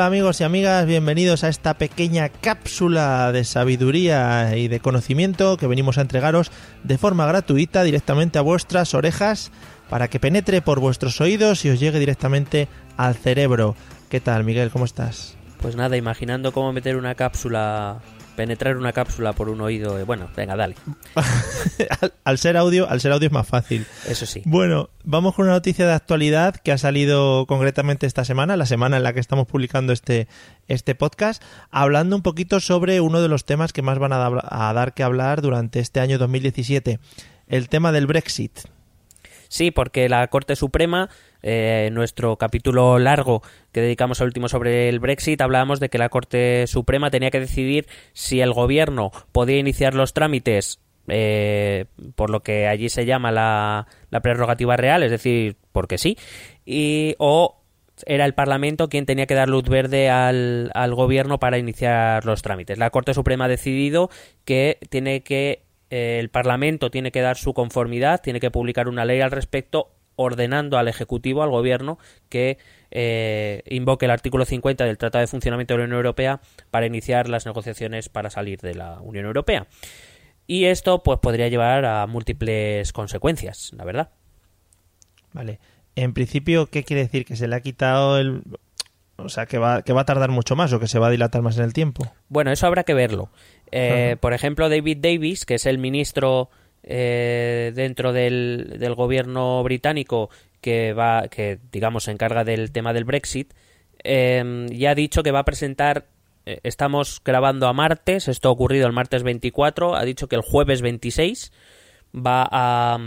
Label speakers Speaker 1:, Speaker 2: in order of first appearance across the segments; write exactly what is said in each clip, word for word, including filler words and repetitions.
Speaker 1: Hola amigos y amigas, bienvenidos a esta pequeña cápsula de sabiduría y de conocimiento que venimos a entregaros de forma gratuita directamente a vuestras orejas para que penetre por vuestros oídos y os llegue directamente al cerebro. ¿Qué tal, Miguel? ¿Cómo estás?
Speaker 2: Pues nada, imaginando cómo meter una cápsula, penetrar una cápsula por un oído. Bueno, venga, dale.
Speaker 1: al, al ser audio, al ser audio es más fácil.
Speaker 2: Eso sí.
Speaker 1: Bueno, vamos con una noticia de actualidad que ha salido concretamente esta semana, la semana en la que estamos publicando este, este podcast, hablando un poquito sobre uno de los temas que más van a, da, a dar que hablar durante este año dos mil diecisiete, el tema del Brexit.
Speaker 2: Sí, porque la Corte Suprema, eh, nuestro capítulo largo que dedicamos al último sobre el Brexit, hablábamos de que la Corte Suprema tenía que decidir si el gobierno podía iniciar los trámites eh, por lo que allí se llama la, la prerrogativa real, es decir, porque sí, y o era el Parlamento quien tenía que dar luz verde al, al gobierno para iniciar los trámites. La Corte Suprema ha decidido que tiene que el Parlamento tiene que dar su conformidad, tiene que publicar una ley al respecto, ordenando al Ejecutivo, al Gobierno, que eh, invoque el artículo cincuenta del Tratado de Funcionamiento de la Unión Europea para iniciar las negociaciones para salir de la Unión Europea. Y esto pues podría llevar a múltiples consecuencias, la verdad. Vale.
Speaker 1: En principio, ¿qué quiere decir? ¿Que se le ha quitado el...? O sea, que va, que va a tardar mucho más o que se va a dilatar más en el tiempo.
Speaker 2: Bueno, eso habrá que verlo. Eh, uh-huh. Por ejemplo, David Davis, que es el ministro eh, dentro del, del gobierno británico que va, que digamos se encarga del tema del Brexit, eh, ya ha dicho que va a presentar. Eh, estamos grabando a martes, esto ha ocurrido el martes veinticuatro, ha dicho que el jueves veintiséis va a,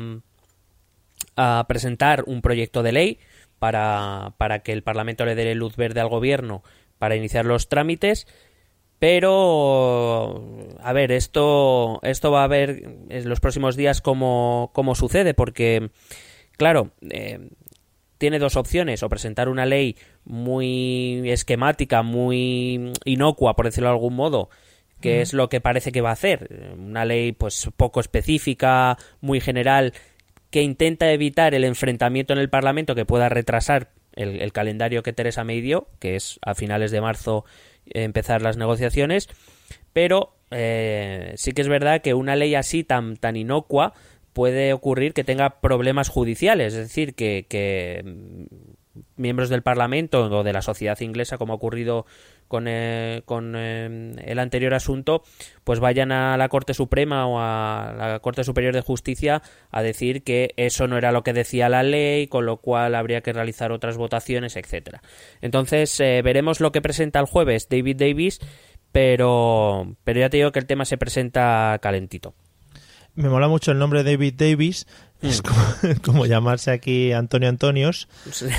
Speaker 2: a presentar un proyecto de ley para, para que el Parlamento le dé luz verde al gobierno para iniciar los trámites. Pero, a ver, esto esto va a ver en los próximos días cómo, cómo sucede, porque, claro, eh, tiene dos opciones, o presentar una ley muy esquemática, muy inocua, por decirlo de algún modo, que uh-huh. es lo que parece que va a hacer, una ley pues poco específica, muy general, que intenta evitar el enfrentamiento en el Parlamento que pueda retrasar el, el calendario que Theresa May dio, que es a finales de marzo empezar las negociaciones, pero eh, sí que es verdad que una ley así tan, tan inocua puede ocurrir que tenga problemas judiciales, es decir, que, que miembros del Parlamento o de la sociedad inglesa, como ha ocurrido con, eh, con eh, el anterior asunto, pues vayan a la Corte Suprema o a la Corte Superior de Justicia a decir que eso no era lo que decía la ley, con lo cual habría que realizar otras votaciones, etcétera. Entonces eh, veremos lo que presenta el jueves David Davis, pero, pero ya te digo que el tema se presenta calentito.
Speaker 1: Me mola mucho el nombre David Davis, mm. es como, como llamarse aquí Antonio Antonios.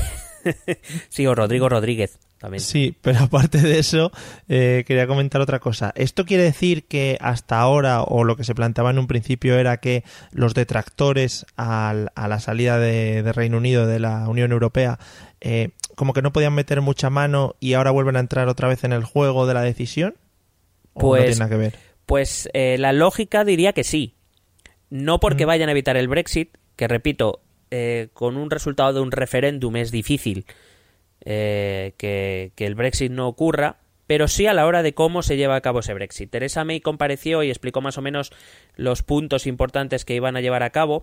Speaker 2: Sí, o Rodrigo Rodríguez también.
Speaker 1: Sí, pero aparte de eso, eh, quería comentar otra cosa. ¿Esto quiere decir que hasta ahora, o lo que se planteaba en un principio, era que los detractores al, a la salida de, de Reino Unido de la Unión Europea, eh, como que no podían meter mucha mano y ahora vuelven a entrar otra vez en el juego de la decisión? ¿O
Speaker 2: pues,
Speaker 1: no tiene nada que ver?
Speaker 2: Pues eh, la lógica diría que sí. No porque mm. vayan a evitar el Brexit, que repito, eh, con un resultado de un referéndum es difícil eh, que, que el Brexit no ocurra, pero sí a la hora de cómo se lleva a cabo ese Brexit. Theresa May compareció y explicó más o menos los puntos importantes que iban a llevar a cabo.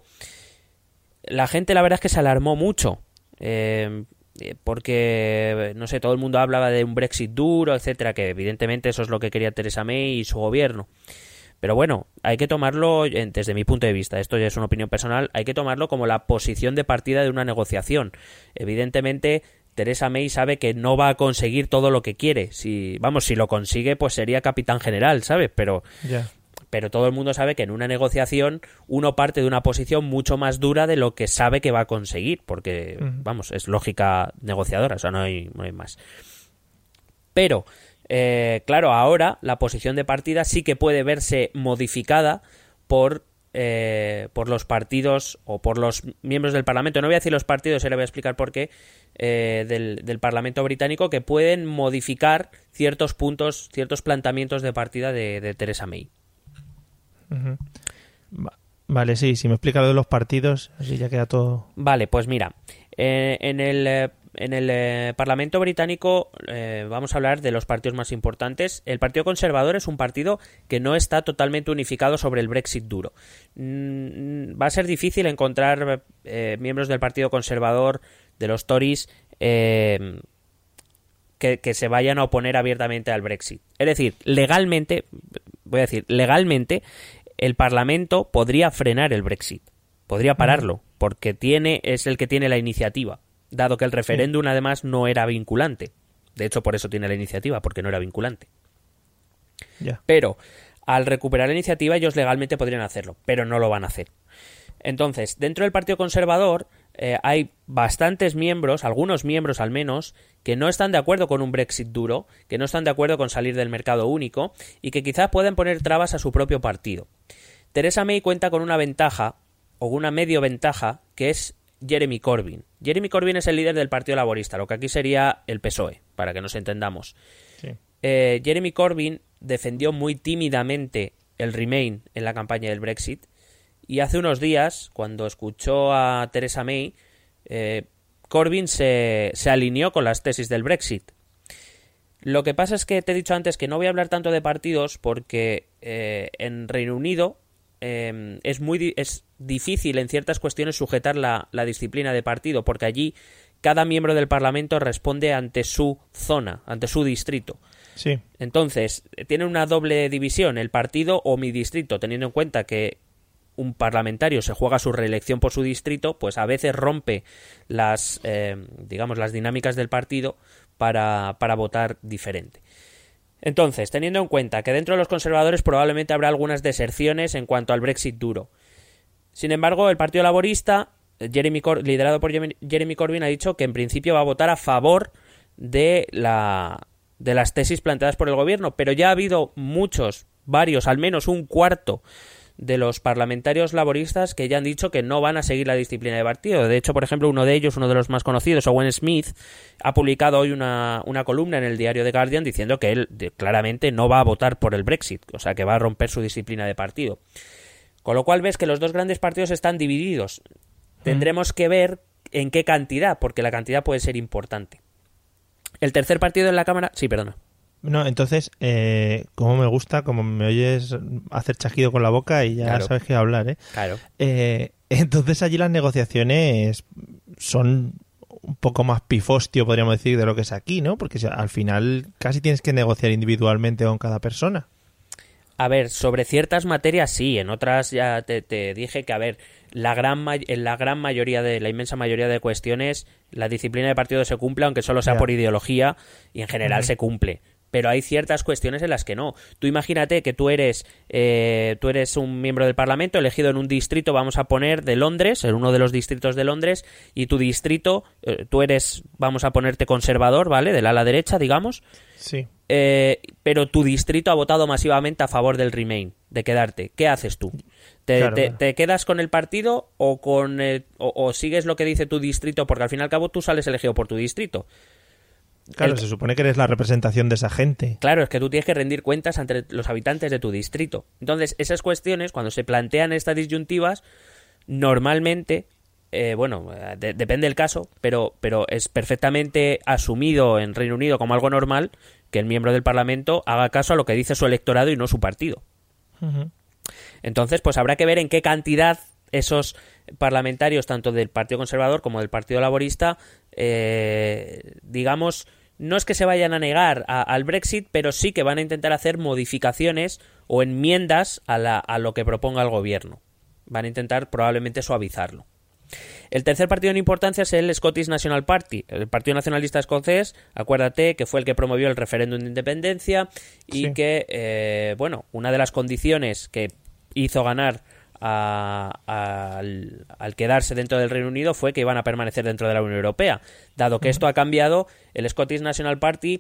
Speaker 2: La gente, la verdad es que se alarmó mucho, eh, porque, no sé, todo el mundo hablaba de un Brexit duro, etcétera, que evidentemente eso es lo que quería Theresa May y su gobierno. Pero bueno, hay que tomarlo, desde mi punto de vista, esto ya es una opinión personal, hay que tomarlo como la posición de partida de una negociación. Evidentemente, Theresa May sabe que no va a conseguir todo lo que quiere. Si, vamos, si lo consigue, pues sería capitán general, ¿sabes? Pero, yeah. pero todo el mundo sabe que en una negociación uno parte de una posición mucho más dura de lo que sabe que va a conseguir, porque, uh-huh. vamos, es lógica negociadora, o sea, no hay, no hay más. Pero... Eh, claro, ahora la posición de partida sí que puede verse modificada por, eh, por los partidos o por los miembros del Parlamento. No voy a decir los partidos, ahora voy a explicar por qué, eh, del, del Parlamento británico, que pueden modificar ciertos puntos, ciertos planteamientos de partida de, de Theresa May.
Speaker 1: Uh-huh. Vale, sí, si me explica lo de los partidos, así ya queda todo.
Speaker 2: Vale, pues mira, eh, en el... Eh, en el eh, Parlamento británico eh, vamos a hablar de los partidos más importantes. El Partido Conservador es un partido que no está totalmente unificado sobre el Brexit duro. Mm, va a ser difícil encontrar eh, miembros del Partido Conservador, de los Tories, eh, que, que se vayan a oponer abiertamente al Brexit. Es decir, legalmente, voy a decir, legalmente, el Parlamento podría frenar el Brexit, podría pararlo, porque tiene, es el que tiene la iniciativa, dado que el referéndum sí. además no era vinculante. De hecho, por eso tiene la iniciativa, porque no era vinculante.
Speaker 1: Yeah.
Speaker 2: Pero al recuperar la iniciativa, ellos legalmente podrían hacerlo, pero no lo van a hacer. Entonces, dentro del Partido Conservador eh, hay bastantes miembros, algunos miembros al menos, que no están de acuerdo con un Brexit duro, que no están de acuerdo con salir del mercado único y que quizás puedan poner trabas a su propio partido. Theresa May cuenta con una ventaja, o una medio ventaja, que es Jeremy Corbyn. Jeremy Corbyn es el líder del Partido Laborista, lo que aquí sería el P S O E, para que nos entendamos.
Speaker 1: Sí.
Speaker 2: Eh, Jeremy Corbyn defendió muy tímidamente el Remain en la campaña del Brexit. Y hace unos días, cuando escuchó a Theresa May, eh, Corbyn se, se alineó con las tesis del Brexit. Lo que pasa es que te he dicho antes que no voy a hablar tanto de partidos porque eh, en Reino Unido eh, es muy di- es difícil en ciertas cuestiones sujetar la, la disciplina de partido, porque allí cada miembro del Parlamento responde ante su zona, ante su distrito.
Speaker 1: Sí.
Speaker 2: Entonces, tiene una doble división, el partido o mi distrito, teniendo en cuenta que un parlamentario se juega su reelección por su distrito, pues a veces rompe las, eh, digamos, las dinámicas del partido para, para votar diferente. Entonces, teniendo en cuenta que dentro de los conservadores probablemente habrá algunas deserciones en cuanto al Brexit duro. Sin embargo, el Partido Laborista, Jeremy Cor- liderado por Jeremy Corbyn, ha dicho que en principio va a votar a favor de, la, de las tesis planteadas por el gobierno, pero ya ha habido muchos, varios, al menos un cuarto de los parlamentarios laboristas que ya han dicho que no van a seguir la disciplina de partido. De hecho, por ejemplo, uno de ellos, uno de los más conocidos, Owen Smith, ha publicado hoy una, una columna en el diario The Guardian diciendo que él de, claramente no va a votar por el Brexit, o sea, que va a romper su disciplina de partido. Con lo cual ves que los dos grandes partidos están divididos. Tendremos que ver en qué cantidad, porque la cantidad puede ser importante. El tercer partido en la Cámara... Sí, perdona.
Speaker 1: No, entonces, eh, como me gusta, como me oyes hacer chasquido con la boca y ya
Speaker 2: Claro.
Speaker 1: sabes qué hablar, ¿eh?
Speaker 2: Claro.
Speaker 1: Eh, entonces allí las negociaciones son un poco más pifostio, podríamos decir, de lo que es aquí, ¿no? Porque si- al final casi tienes que negociar individualmente con cada persona.
Speaker 2: A ver, sobre ciertas materias sí, en otras ya te, te dije que, a ver, la gran ma- en la gran mayoría de, la inmensa mayoría de cuestiones, la disciplina de partido se cumple, aunque solo sea
Speaker 1: Ya.
Speaker 2: por ideología, y en general
Speaker 1: Ujú.
Speaker 2: se cumple. Pero hay ciertas cuestiones en las que no. Tú imagínate que tú eres eh, tú eres un miembro del Parlamento elegido en un distrito, vamos a poner, de Londres, en uno de los distritos de Londres, y tu distrito, eh, tú eres, vamos a ponerte conservador, ¿vale? Del ala derecha, digamos.
Speaker 1: Sí.
Speaker 2: Eh, pero tu distrito ha votado masivamente a favor del Remain, de quedarte. ¿Qué haces tú? ¿Te,
Speaker 1: Claro,
Speaker 2: te,
Speaker 1: claro.
Speaker 2: te quedas con el partido o, con el- o, o sigues lo que dice tu distrito? Porque al fin y al cabo tú sales elegido por tu distrito.
Speaker 1: Claro,
Speaker 2: El-
Speaker 1: se supone que eres la representación de esa gente.
Speaker 2: Claro, es que tú tienes que rendir cuentas ante los habitantes de tu distrito. Entonces, esas cuestiones, cuando se plantean estas disyuntivas, normalmente, eh, bueno, de- depende del caso, pero, pero es perfectamente asumido en Reino Unido como algo normal que el miembro del Parlamento haga caso a lo que dice su electorado y no su partido.
Speaker 1: Ujú.
Speaker 2: Entonces, pues habrá que ver en qué cantidad esos parlamentarios, tanto del Partido Conservador como del Partido Laborista, eh, digamos, no es que se vayan a negar a- al Brexit, pero sí que van a intentar hacer modificaciones o enmiendas a, la- a lo que proponga el gobierno. Van a intentar probablemente suavizarlo. El tercer partido en importancia es el Scottish National Party, el Partido Nacionalista Escocés. Acuérdate que fue el que promovió el referéndum de independencia y
Speaker 1: Sí.
Speaker 2: que, eh, bueno, una de las condiciones que hizo ganar a- a- al, al quedarse dentro del Reino Unido fue que iban a permanecer dentro de la Unión Europea. Dado que esto ha cambiado, el Scottish National Party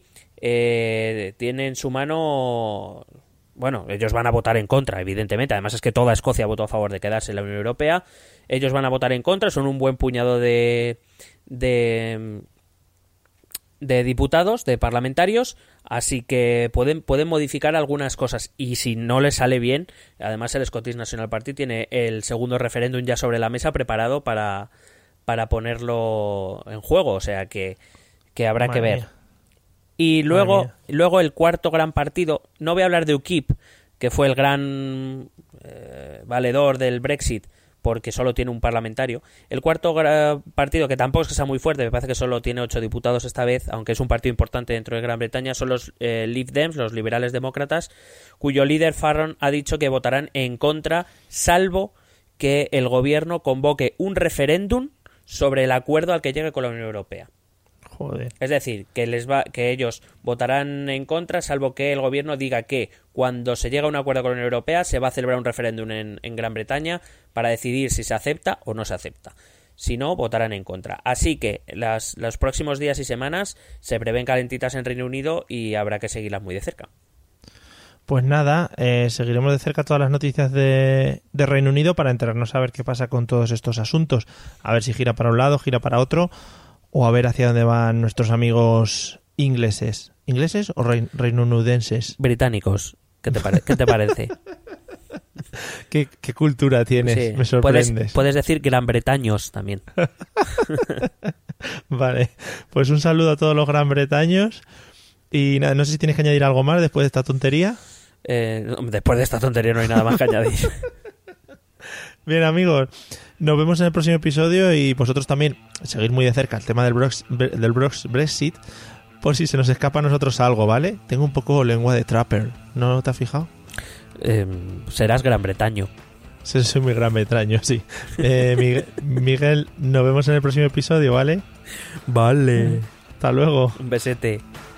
Speaker 2: eh, tiene en su mano... Bueno, ellos van a votar en contra, evidentemente. Además es que toda Escocia votó a favor de quedarse en la Unión Europea. Ellos van a votar en contra, son un buen puñado de... de de diputados, de parlamentarios, así que pueden, pueden modificar algunas cosas y si no les sale bien, además el Scottish National Party tiene el segundo referéndum ya sobre la mesa preparado para, para ponerlo en juego, o sea que, que habrá
Speaker 1: Madre
Speaker 2: que ver.
Speaker 1: mía.
Speaker 2: Y
Speaker 1: Madre
Speaker 2: luego,
Speaker 1: mía.
Speaker 2: luego el cuarto gran partido, no voy a hablar de U K I P, que fue el gran eh, valedor del Brexit, porque solo tiene un parlamentario. El cuarto gra- partido, que tampoco es que sea muy fuerte, me parece que solo tiene ocho diputados esta vez, aunque es un partido importante dentro de Gran Bretaña, son los eh, Lib Dems, los liberales demócratas, cuyo líder Farron ha dicho que votarán en contra, salvo que el gobierno convoque un referéndum sobre el acuerdo al que llegue con la Unión Europea.
Speaker 1: Joder.
Speaker 2: Es decir, que les va, que ellos votarán en contra, salvo que el gobierno diga que cuando se llega a un acuerdo con la Unión Europea se va a celebrar un referéndum en, en Gran Bretaña para decidir si se acepta o no se acepta. Si no, votarán en contra. Así que las, los próximos días y semanas se prevén calentitas en Reino Unido y habrá que seguirlas muy de cerca.
Speaker 1: Pues nada, eh, seguiremos de cerca todas las noticias de, de Reino Unido para enterarnos a ver qué pasa con todos estos asuntos. A ver si gira para un lado, gira para otro, o a ver hacia dónde van nuestros amigos ingleses. ¿Ingleses o rein, reinunudenses?
Speaker 2: Británicos, ¿qué te, pare- ¿qué te parece?
Speaker 1: ¿Qué, qué cultura tienes?
Speaker 2: Sí,
Speaker 1: Me sorprendes.
Speaker 2: Puedes, puedes decir gran bretaños también.
Speaker 1: Vale, pues un saludo a todos los gran bretaños. Y nada, no sé si tienes que añadir algo más después de esta tontería.
Speaker 2: Eh, después de esta tontería no hay nada más que añadir.
Speaker 1: Bien, amigos, nos vemos en el próximo episodio y vosotros también seguid muy de cerca el tema del, Brox, del Brox Brexit por si se nos escapa a nosotros algo, ¿vale? Tengo un poco lengua de trapper, ¿no te has fijado?
Speaker 2: Eh, serás gran bretaño.
Speaker 1: Sí, soy muy gran bretaño, sí. Eh, Miguel, Miguel, nos vemos en el próximo episodio, ¿vale?
Speaker 2: Vale.
Speaker 1: Hasta luego.
Speaker 2: Un besete.